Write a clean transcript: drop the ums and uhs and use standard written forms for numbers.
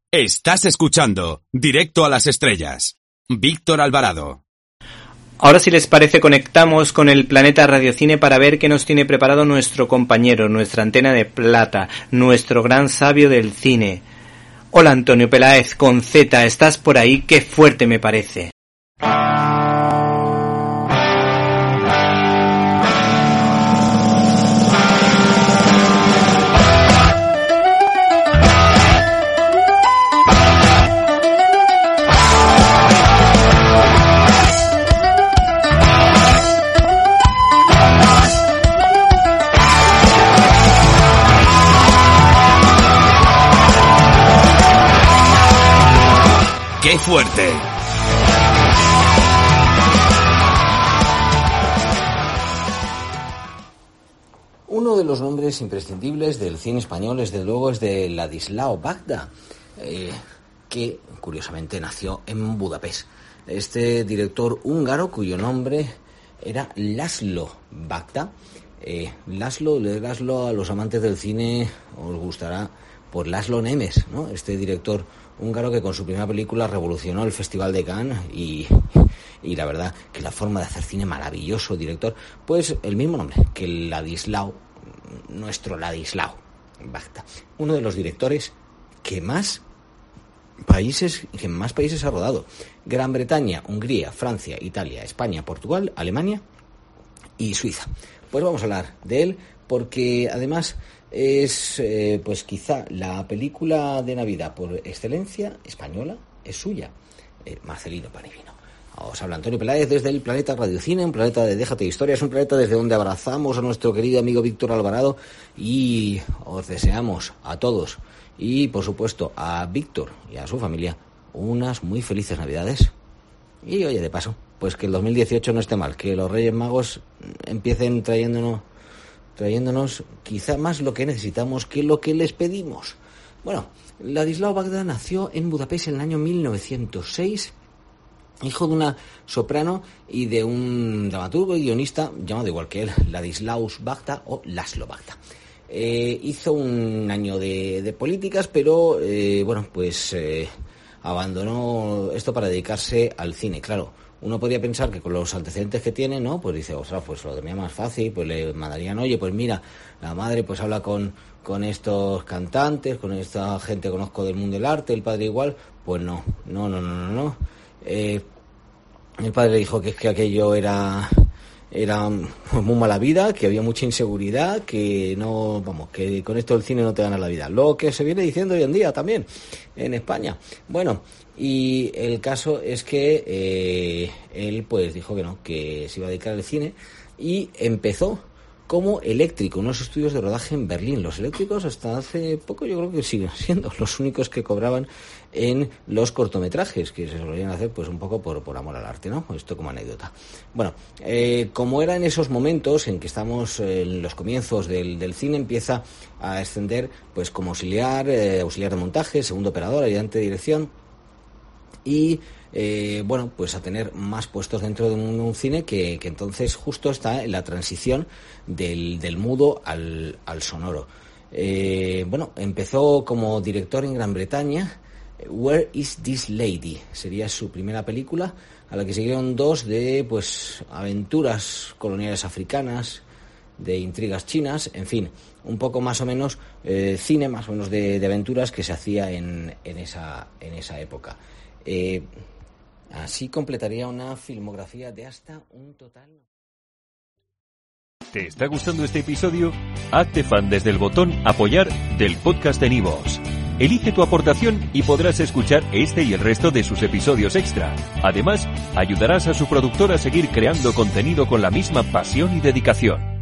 Estás escuchando Directo a las Estrellas. Víctor Alvarado. Ahora, si les parece, conectamos con el planeta Radiocine para ver qué nos tiene preparado nuestro compañero, nuestra antena de plata, nuestro gran sabio del cine. Hola, Antonio Peláez, con Z, ¿estás por ahí? ¡Qué fuerte me parece! ¡Qué fuerte! Uno de los nombres imprescindibles del cine español, desde luego, es de Ladislao Bagda, que curiosamente nació en Budapest. Este director húngaro, cuyo nombre era László Bagda. László, a los amantes del cine os gustará por László Nemes, ¿no? Este director húngaro que con su primera película revolucionó el Festival de Cannes y la verdad que la forma de hacer cine, maravilloso director, pues el mismo nombre que Ladislao, nuestro Ladislao Bagda, uno de los directores que más países ha rodado: Gran Bretaña, Hungría, Francia, Italia, España, Portugal, Alemania y Suiza. Pues vamos a hablar de él porque además es pues quizá la película de Navidad por excelencia española, es suya, Marcelino Pan y Vino. Os habla Antonio Peláez desde el planeta Radiocine, un planeta de Déjate de Historias, un planeta desde donde abrazamos a nuestro querido amigo Víctor Alvarado y os deseamos a todos y por supuesto a Víctor y a su familia unas muy felices Navidades. Y oye, de paso, pues que el 2018 no esté mal, que los Reyes Magos empiecen trayéndonos quizá más lo que necesitamos que lo que les pedimos. Bueno, Ladislao Bagda nació en Budapest en el año 1906, hijo de una soprano y de un dramaturgo y guionista llamado igual que él, Ladislaus Bagda o László Bagda. Hizo un año de políticas, pero abandonó esto para dedicarse al cine. Claro, uno podría pensar que con los antecedentes que tiene, ¿no? Pues dice, ostras, pues lo tenía más fácil, pues le mandarían, oye, pues mira, la madre pues habla con estos cantantes, con esta gente que conozco del mundo del arte, el padre igual. Pues no. El padre le dijo que es que aquello era muy mala vida, que había mucha inseguridad, que que con esto del cine no te gana la vida. Lo que se viene diciendo hoy en día también en España. Bueno, y el caso es que él pues dijo que no, que se iba a dedicar al cine y empezó como eléctrico, unos estudios de rodaje en Berlín. Los eléctricos hasta hace poco yo creo que siguen siendo los únicos que cobraban en los cortometrajes, que se solían hacer pues un poco por amor al arte, ¿no? Esto como anécdota. Bueno, como era en esos momentos en que estamos en los comienzos del cine, empieza a ascender pues como auxiliar de montaje, segundo operador, ayudante de dirección y pues a tener más puestos dentro de un cine que entonces justo está en la transición del mudo al sonoro. Empezó como director en Gran Bretaña. Where is this lady? Sería su primera película, a la que siguieron dos de pues aventuras coloniales africanas, de intrigas chinas, en fin, un poco más o menos cine más o menos de aventuras que se hacía en esa época. Así completaría una filmografía de hasta un total. ¿Te está gustando este episodio? Hazte fan desde el botón Apoyar del podcast de Nivos. Elige tu aportación y podrás escuchar este y el resto de sus episodios extra. Además, ayudarás a su productor a seguir creando contenido con la misma pasión y dedicación.